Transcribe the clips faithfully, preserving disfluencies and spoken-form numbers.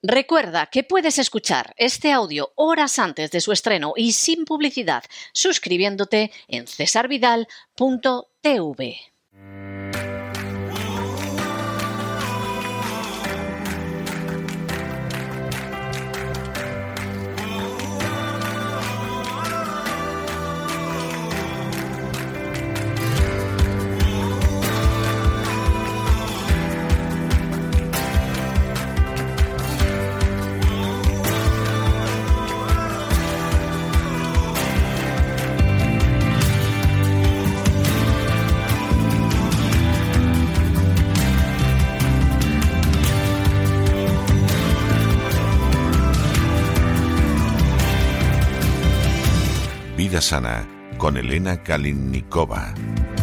Recuerda que puedes escuchar este audio horas antes de su estreno y sin publicidad suscribiéndote en cesar vidal punto t v. Vida Sana con Elena Kalinnikova.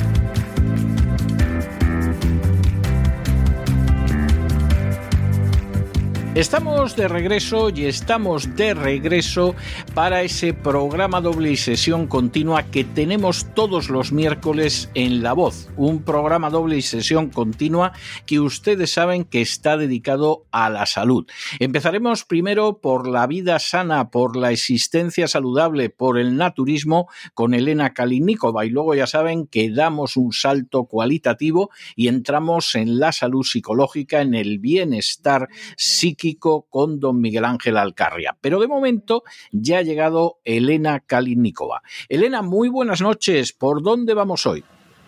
Estamos de regreso y estamos de regreso para ese programa doble y sesión continua que tenemos todos los miércoles en La Voz, un programa doble y sesión continua que ustedes saben que está dedicado a la salud. Empezaremos primero por la vida sana, por la existencia saludable, por el naturismo con Elena Kalinnikova y luego ya saben que damos un salto cualitativo y entramos en la salud psicológica, en el bienestar psíquico con don Miguel Ángel Alcarria. Pero de momento ya ha llegado Elena Kalinnikova. Elena, muy buenas noches. ¿Por dónde vamos hoy?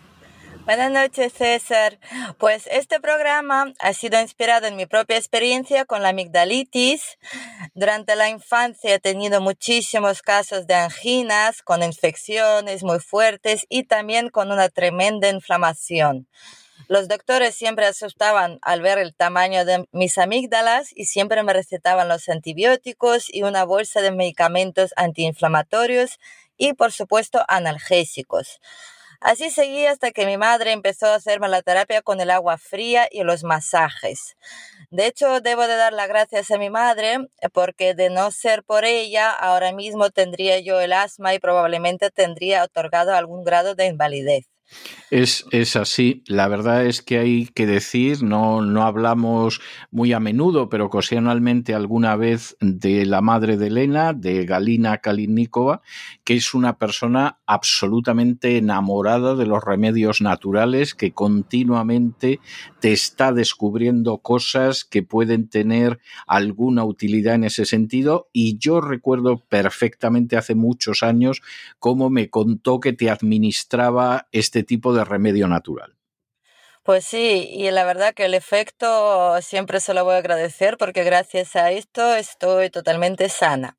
Buenas noches, César. Pues este programa ha sido inspirado en mi propia experiencia con la amigdalitis. Durante la infancia he tenido muchísimos casos de anginas con infecciones muy fuertes y también con una tremenda inflamación. Los doctores siempre asustaban al ver el tamaño de mis amígdalas y siempre me recetaban los antibióticos y una bolsa de medicamentos antiinflamatorios y, por supuesto, analgésicos. Así seguí hasta que mi madre empezó a hacerme la terapia con el agua fría y los masajes. De hecho, debo de dar las gracias a mi madre porque de no ser por ella, ahora mismo tendría yo el asma y probablemente tendría otorgado algún grado de invalidez. Es, es así, la verdad es que hay que decir, no, no hablamos muy a menudo, pero ocasionalmente alguna vez de la madre de Elena, de Galina Kalinnikova, que es una persona absolutamente enamorada de los remedios naturales, que continuamente te está descubriendo cosas que pueden tener alguna utilidad en ese sentido, y yo recuerdo perfectamente hace muchos años cómo me contó que te administraba este tipo de remedio natural. Pues sí, y la verdad que el efecto siempre se lo voy a agradecer porque gracias a esto estoy totalmente sana.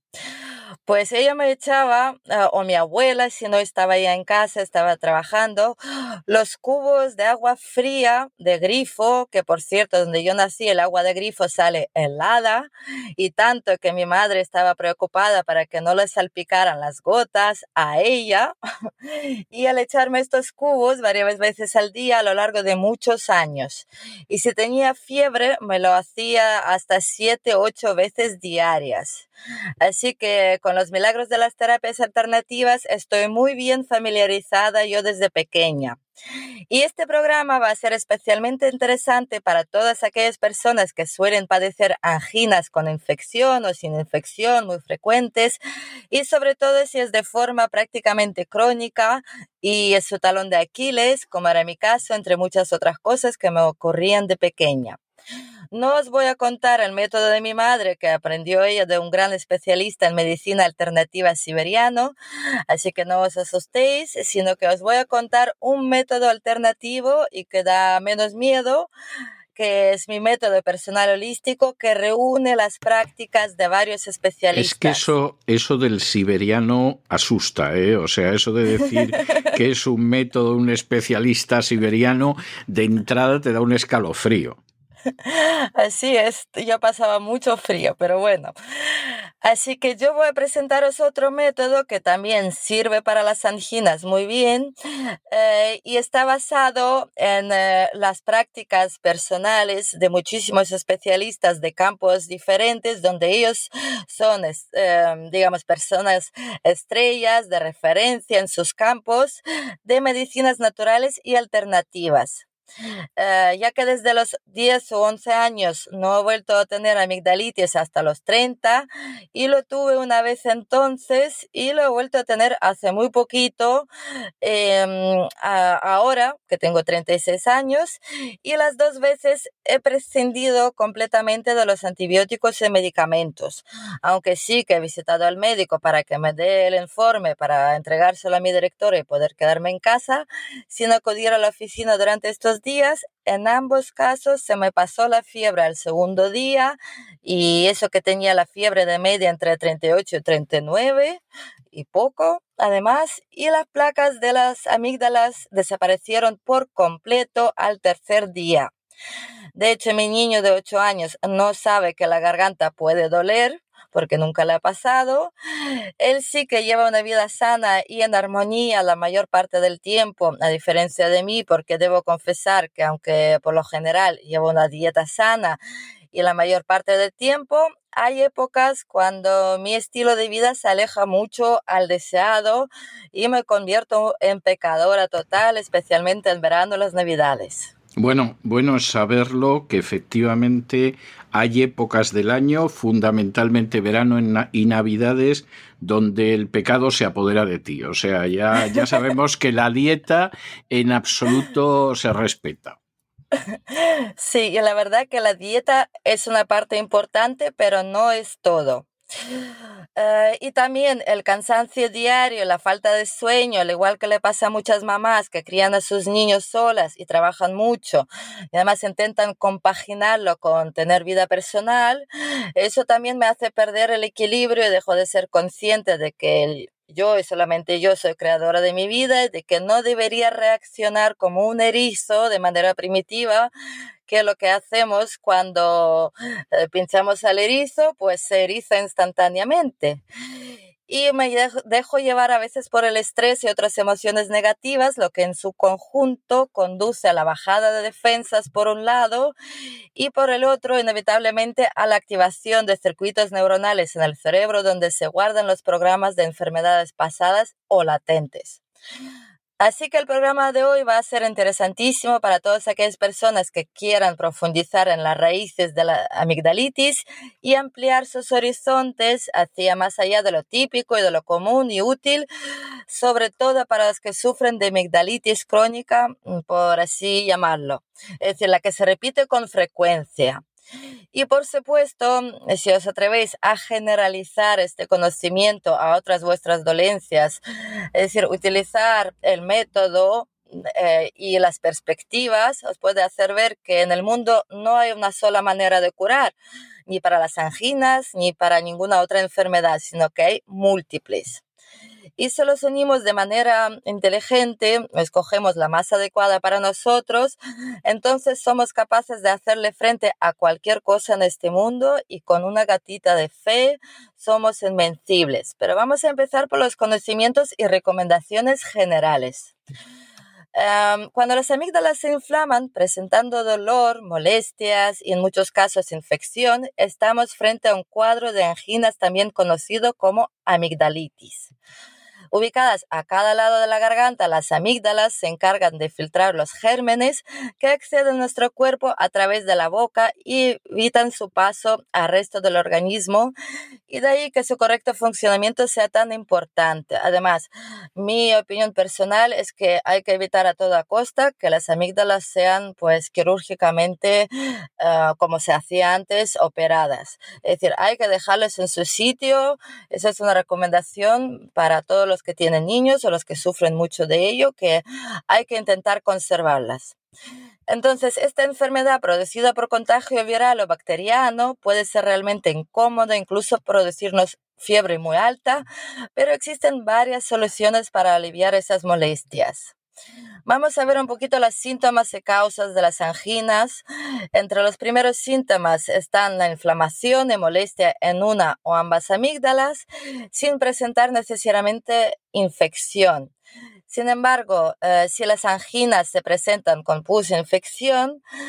Pues ella me echaba, uh, o mi abuela, si no estaba ya en casa, estaba trabajando, los cubos de agua fría de grifo, que por cierto, donde yo nací, el agua de grifo sale helada, y tanto que mi madre estaba preocupada para que no le salpicaran las gotas a ella, y al echarme estos cubos varias veces al día a lo largo de muchos años. Y si tenía fiebre, me lo hacía hasta siete, ocho veces diarias. Así que con los milagros de las terapias alternativas estoy muy bien familiarizada yo desde pequeña. Y este programa va a ser especialmente interesante para todas aquellas personas que suelen padecer anginas con infección o sin infección muy frecuentes y sobre todo si es de forma prácticamente crónica y es su talón de Aquiles, como era mi caso, entre muchas otras cosas que me ocurrían de pequeña. No os voy a contar el método de mi madre, que aprendió ella de un gran especialista en medicina alternativa siberiano, así que no os asustéis, sino que os voy a contar un método alternativo y que da menos miedo, que es mi método personal holístico que reúne las prácticas de varios especialistas. Es que eso, eso del siberiano asusta, ¿eh? O sea, eso de decir que es un método, un especialista siberiano, de entrada te da un escalofrío. Así es, yo pasaba mucho frío, pero bueno. Así que yo voy a presentaros otro método que también sirve para las anginas muy bien eh, y está basado en eh, las prácticas personales de muchísimos especialistas de campos diferentes donde ellos son, eh, digamos, personas estrellas de referencia en sus campos de medicinas naturales y alternativas. Uh, ya que desde los diez o once años no he vuelto a tener amigdalitis hasta los treinta y lo tuve una vez entonces y lo he vuelto a tener hace muy poquito, eh, a, ahora que tengo treinta y seis años, y las dos veces he prescindido completamente de los antibióticos y medicamentos, aunque sí que he visitado al médico para que me dé el informe para entregárselo a mi directora y poder quedarme en casa sin acudir a la oficina durante estos días. En ambos casos se me pasó la fiebre al segundo día y eso que tenía la fiebre de media entre treinta y ocho y treinta y nueve y poco además, y las placas de las amígdalas desaparecieron por completo al tercer día. De hecho, mi niño de ocho años no sabe que la garganta puede doler porque nunca le ha pasado. Él sí que lleva una vida sana y en armonía la mayor parte del tiempo, a diferencia de mí, porque debo confesar que aunque por lo general llevo una dieta sana y la mayor parte del tiempo, hay épocas cuando mi estilo de vida se aleja mucho al deseado y me convierto en pecadora total, especialmente en verano y las navidades. Bueno, bueno es saberlo, que efectivamente hay épocas del año, fundamentalmente verano y navidades, donde el pecado se apodera de ti. O sea, ya, ya sabemos que la dieta en absoluto se respeta. Sí, y la verdad que la dieta es una parte importante, pero no es todo. Uh, y también el cansancio diario, la falta de sueño, al igual que le pasa a muchas mamás que crían a sus niños solas y trabajan mucho y además intentan compaginarlo con tener vida personal, eso también me hace perder el equilibrio y dejo de ser consciente de que el yo y solamente yo soy creadora de mi vida y de que no debería reaccionar como un erizo de manera primitiva, que es lo que hacemos cuando eh, pinchamos al erizo, pues se eriza instantáneamente. Y me dejo, dejo llevar a veces por el estrés y otras emociones negativas, lo que en su conjunto conduce a la bajada de defensas por un lado y por el otro, inevitablemente, a la activación de circuitos neuronales en el cerebro donde se guardan los programas de enfermedades pasadas o latentes. Así que el programa de hoy va a ser interesantísimo para todas aquellas personas que quieran profundizar en las raíces de la amigdalitis y ampliar sus horizontes hacia más allá de lo típico y de lo común y útil, sobre todo para los que sufren de amigdalitis crónica, por así llamarlo, es decir, la que se repite con frecuencia. Y por supuesto, si os atrevéis a generalizar este conocimiento a otras vuestras dolencias, es decir, utilizar el método eh, y las perspectivas, os puede hacer ver que en el mundo no hay una sola manera de curar, ni para las anginas, ni para ninguna otra enfermedad, sino que hay múltiples. Y si los unimos de manera inteligente, escogemos la más adecuada para nosotros, entonces somos capaces de hacerle frente a cualquier cosa en este mundo y con una gatita de fe somos invencibles. Pero vamos a empezar por los conocimientos y recomendaciones generales. Um, cuando las amígdalas se inflaman, presentando dolor, molestias y en muchos casos infección, estamos frente a un cuadro de anginas también conocido como amigdalitis. Ubicadas a cada lado de la garganta, las amígdalas se encargan de filtrar los gérmenes que acceden a nuestro cuerpo a través de la boca y evitan su paso al resto del organismo, y de ahí que su correcto funcionamiento sea tan importante. Además, mi opinión personal es que hay que evitar a toda costa que las amígdalas sean pues quirúrgicamente, uh, como se hacía antes, operadas. Es decir, hay que dejarlas en su sitio. Esa es una recomendación para todos los que tienen niños o los que sufren mucho de ello, que hay que intentar conservarlas. Entonces, esta enfermedad producida por contagio viral o bacteriano puede ser realmente incómoda, incluso producirnos fiebre muy alta, pero existen varias soluciones para aliviar esas molestias. Vamos a ver un poquito los síntomas y causas de las anginas. Entre los primeros síntomas están la inflamación y molestia en una o ambas amígdalas, sin presentar necesariamente infección. Sin embargo, eh, si las anginas se presentan con pus e infección,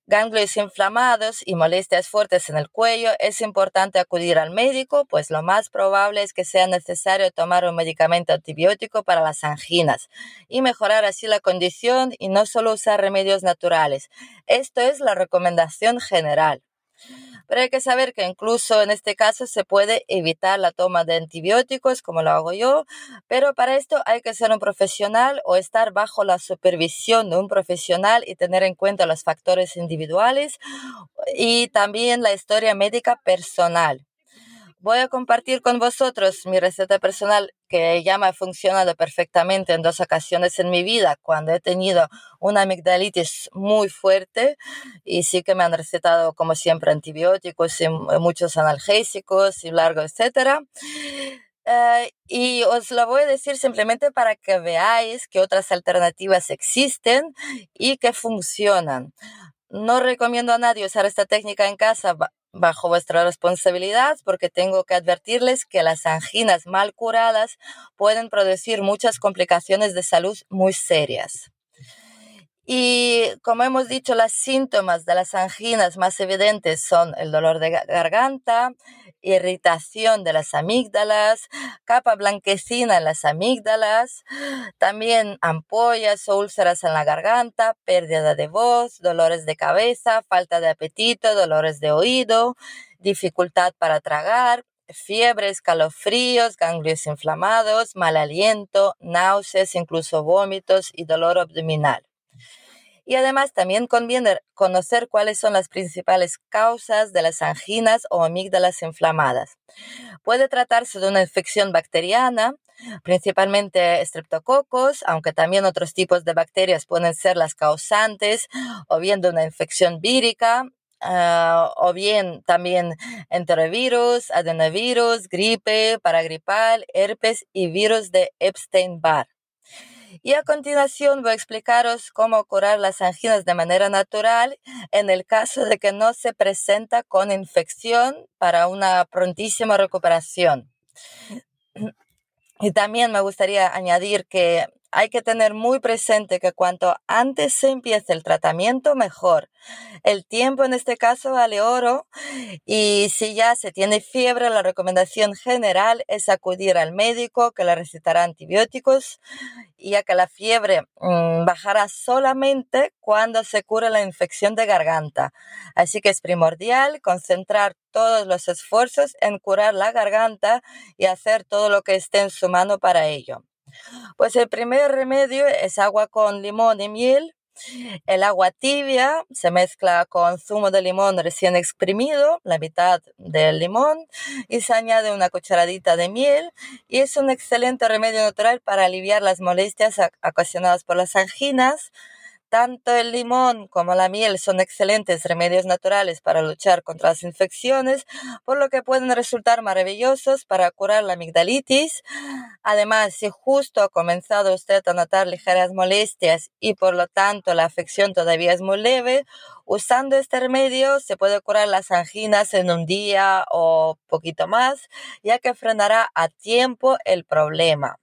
ganglios inflamados y molestias fuertes en el cuello, es importante acudir al médico, pues lo más probable es que sea necesario tomar un medicamento antibiótico para las anginas y mejorar así la condición y no solo usar remedios naturales. Esto es la recomendación general. Pero hay que saber que incluso en este caso se puede evitar la toma de antibióticos, como lo hago yo, pero para esto hay que ser un profesional o estar bajo la supervisión de un profesional y tener en cuenta los factores individuales y también la historia médica personal. Voy a compartir con vosotros mi receta personal que ya me ha funcionado perfectamente en dos ocasiones en mi vida cuando he tenido una amigdalitis muy fuerte y sí que me han recetado como siempre antibióticos y muchos analgésicos y largo, etcétera. Uh, y os lo voy a decir simplemente para que veáis que otras alternativas existen y que funcionan. No recomiendo a nadie usar esta técnica en casa bajo vuestra responsabilidad porque tengo que advertirles que las anginas mal curadas pueden producir muchas complicaciones de salud muy serias. Y como hemos dicho, los síntomas de las anginas más evidentes son el dolor de garganta, irritación de las amígdalas, capa blanquecina en las amígdalas, también ampollas o úlceras en la garganta, pérdida de voz, dolores de cabeza, falta de apetito, dolores de oído, dificultad para tragar, fiebre, escalofríos, ganglios inflamados, mal aliento, náuseas, incluso vómitos y dolor abdominal. Y además también conviene conocer cuáles son las principales causas de las anginas o amígdalas inflamadas. Puede tratarse de una infección bacteriana, principalmente estreptococos, aunque también otros tipos de bacterias pueden ser las causantes, o bien de una infección vírica, uh, o bien también enterovirus, adenovirus, gripe, paragripal, herpes y virus de Epstein-Barr. Y a continuación voy a explicaros cómo curar las anginas de manera natural en el caso de que no se presenta con infección para una prontísima recuperación. Y también me gustaría añadir que hay que tener muy presente que cuanto antes se empiece el tratamiento, mejor. El tiempo en este caso vale oro y si ya se tiene fiebre, la recomendación general es acudir al médico que le recetará antibióticos, ya que la fiebre mmm, bajará solamente cuando se cure la infección de garganta. Así que es primordial concentrar todos los esfuerzos en curar la garganta y hacer todo lo que esté en su mano para ello. Pues el primer remedio es agua con limón y miel. El agua tibia se mezcla con zumo de limón recién exprimido, la mitad del limón, y se añade una cucharadita de miel y es un excelente remedio natural para aliviar las molestias ocasionadas por las anginas. Tanto el limón como la miel son excelentes remedios naturales para luchar contra las infecciones, por lo que pueden resultar maravillosos para curar la amigdalitis. Además, si justo ha comenzado usted a notar ligeras molestias y por lo tanto la afección todavía es muy leve, usando este remedio se puede curar las anginas en un día o poquito más, ya que frenará a tiempo el problema.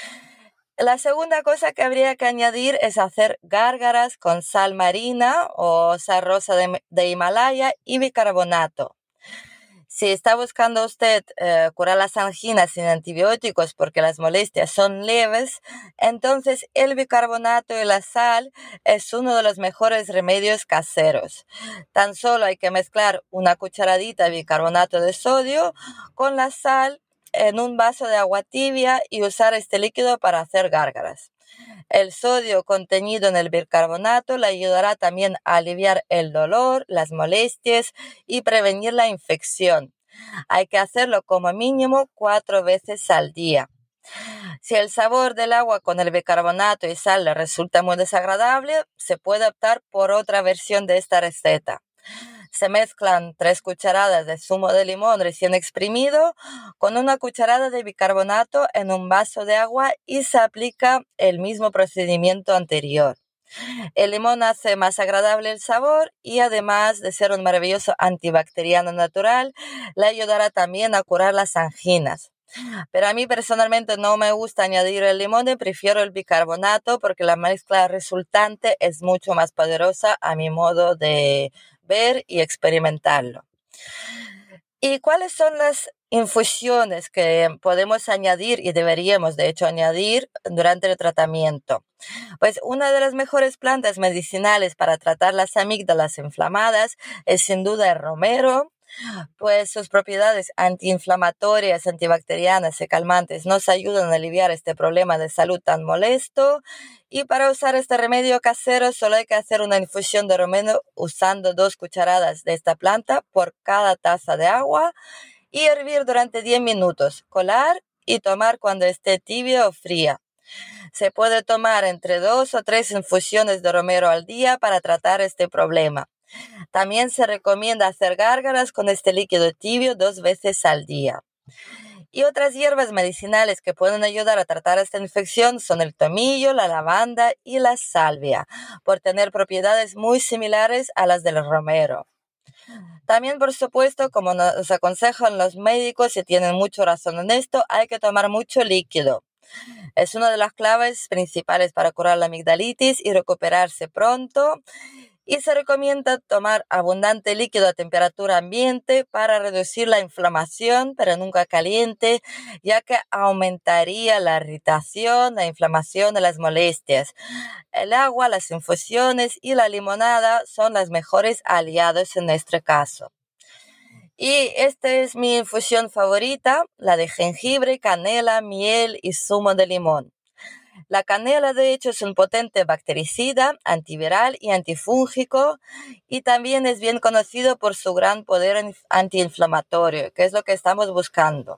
La segunda cosa que habría que añadir es hacer gárgaras con sal marina o sal rosa de, de Himalaya y bicarbonato. Si está buscando usted eh, curar las anginas sin antibióticos porque las molestias son leves, entonces el bicarbonato y la sal es uno de los mejores remedios caseros. Tan solo hay que mezclar una cucharadita de bicarbonato de sodio con la sal en un vaso de agua tibia y usar este líquido para hacer gárgaras. El sodio contenido en el bicarbonato le ayudará también a aliviar el dolor, las molestias y prevenir la infección. Hay que hacerlo como mínimo cuatro veces al día. Si el sabor del agua con el bicarbonato y sal le resulta muy desagradable, se puede optar por otra versión de esta receta. Se mezclan tres cucharadas de zumo de limón recién exprimido con una cucharada de bicarbonato en un vaso de agua y se aplica el mismo procedimiento anterior. El limón hace más agradable el sabor y además de ser un maravilloso antibacteriano natural, le ayudará también a curar las anginas. Pero a mí personalmente no me gusta añadir el limón y prefiero el bicarbonato porque la mezcla resultante es mucho más poderosa a mi modo de ver y experimentarlo. ¿Y cuáles son las infusiones que podemos añadir y deberíamos de hecho añadir durante el tratamiento? Pues una de las mejores plantas medicinales para tratar las amígdalas inflamadas es sin duda el romero, pues sus propiedades antiinflamatorias, antibacterianas y calmantes nos ayudan a aliviar este problema de salud tan molesto. Y para usar este remedio casero solo hay que hacer una infusión de romero usando dos cucharadas de esta planta por cada taza de agua y hervir durante diez minutos, colar y tomar cuando esté tibia o fría. Se puede tomar entre dos o tres infusiones de romero al día para tratar este problema. También se recomienda hacer gárgaras con este líquido tibio dos veces al día. Y otras hierbas medicinales que pueden ayudar a tratar esta infección son el tomillo, la lavanda y la salvia, por tener propiedades muy similares a las del romero. También, por supuesto, como nos aconsejan los médicos y tienen mucha razón en esto, hay que tomar mucho líquido. Es una de las claves principales para curar la amigdalitis y recuperarse pronto. Y se recomienda tomar abundante líquido a temperatura ambiente para reducir la inflamación, pero nunca caliente, ya que aumentaría la irritación, la inflamación y las molestias. El agua, las infusiones y la limonada son los mejores aliados en este caso. Y esta es mi infusión favorita, la de jengibre, canela, miel y zumo de limón. La canela, de hecho, es un potente bactericida, antiviral y antifúngico, y también es bien conocido por su gran poder antiinflamatorio, que es lo que estamos buscando.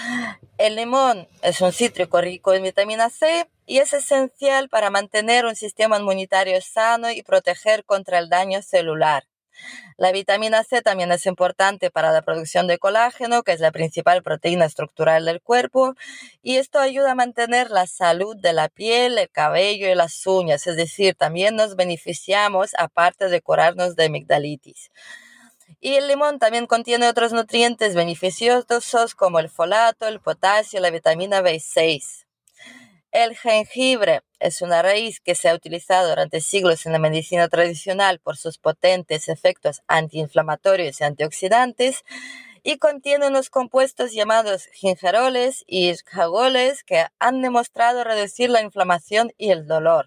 El limón es un cítrico rico en vitamina C y es esencial para mantener un sistema inmunitario sano y proteger contra el daño celular. La vitamina C también es importante para la producción de colágeno, que es la principal proteína estructural del cuerpo, y esto ayuda a mantener la salud de la piel, el cabello y las uñas, es decir, también nos beneficiamos aparte de curarnos de amigdalitis. Y el limón también contiene otros nutrientes beneficiosos como el folato, el potasio y la vitamina B seis. El jengibre es una raíz que se ha utilizado durante siglos en la medicina tradicional por sus potentes efectos antiinflamatorios y antioxidantes y contiene unos compuestos llamados gingeroles y iscagoles que han demostrado reducir la inflamación y el dolor.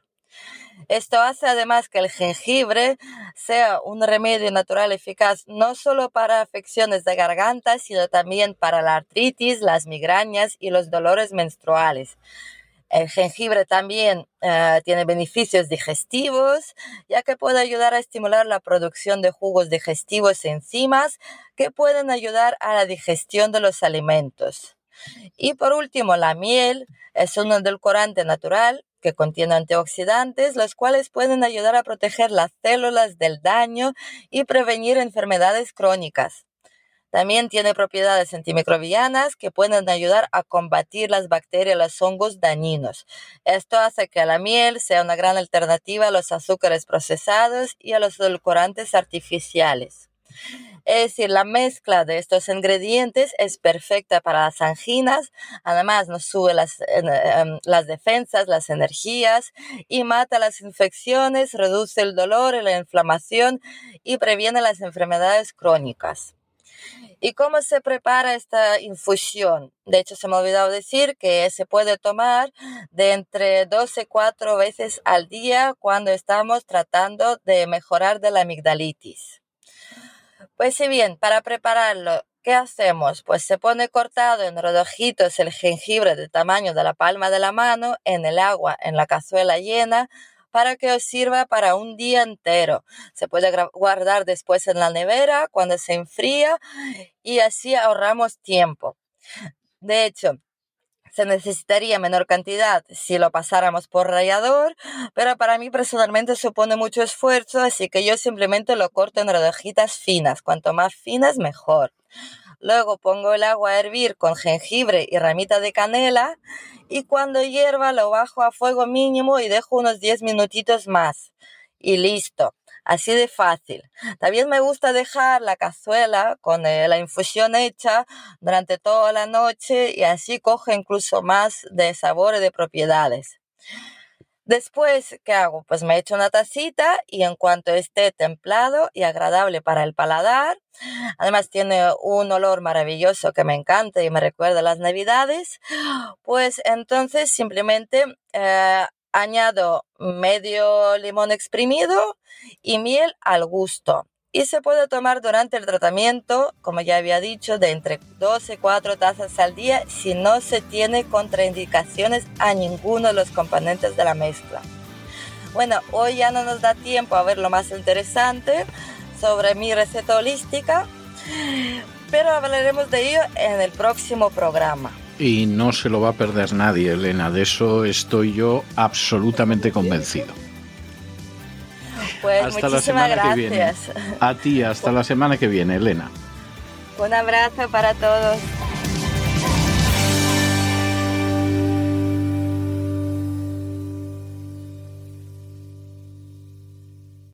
Esto hace además que el jengibre sea un remedio natural eficaz no solo para afecciones de garganta, sino también para la artritis, las migrañas y los dolores menstruales. El jengibre también uh, tiene beneficios digestivos, ya que puede ayudar a estimular la producción de jugos digestivos y enzimas que pueden ayudar a la digestión de los alimentos. Y por último, la miel es un edulcorante natural que contiene antioxidantes, los cuales pueden ayudar a proteger las células del daño y prevenir enfermedades crónicas. También tiene propiedades antimicrobianas que pueden ayudar a combatir las bacterias y los hongos dañinos. Esto hace que la miel sea una gran alternativa a los azúcares procesados y a los edulcorantes artificiales. Es decir, la mezcla de estos ingredientes es perfecta para las anginas, además nos sube las, eh, las defensas, las energías y mata las infecciones, reduce el dolor y la inflamación y previene las enfermedades crónicas. ¿Y cómo se prepara esta infusión? De hecho, se me ha olvidado decir que se puede tomar de entre dos y cuatro veces al día cuando estamos tratando de mejorar de la amigdalitis. Pues si bien, para prepararlo, ¿qué hacemos? Pues se pone cortado en rodajitos el jengibre del tamaño de la palma de la mano en el agua, en la cazuela llena, para que os sirva para un día entero. Se puede guardar después en la nevera cuando se enfría y así ahorramos tiempo. De hecho, se necesitaría menor cantidad si lo pasáramos por rallador, pero para mí personalmente supone mucho esfuerzo, así que yo simplemente lo corto en rodajitas finas. Cuanto más finas, mejor. Luego pongo el agua a hervir con jengibre y ramita de canela y cuando hierva lo bajo a fuego mínimo y dejo unos diez minutitos más. Y listo. así de fácil. También me gusta dejar la cazuela con eh, la infusión hecha durante toda la noche y así coge incluso más de sabor y de propiedades. Después, ¿qué hago? Pues me echo una tacita y en cuanto esté templado y agradable para el paladar, además tiene un olor maravilloso que me encanta y me recuerda a las Navidades, pues entonces simplemente eh, añado medio limón exprimido y miel al gusto. Y se puede tomar durante el tratamiento, como ya había dicho, de entre dos y cuatro tazas al día si no se tiene contraindicaciones a ninguno de los componentes de la mezcla. Bueno, hoy ya no nos da tiempo a ver lo más interesante sobre mi receta holística, pero hablaremos de ello en el próximo programa. Y no se lo va a perder nadie, Elena, de eso estoy yo absolutamente convencido. Pues hasta muchísimas la semana gracias. Que viene. A ti, hasta la semana que viene, Elena. Un abrazo para todos.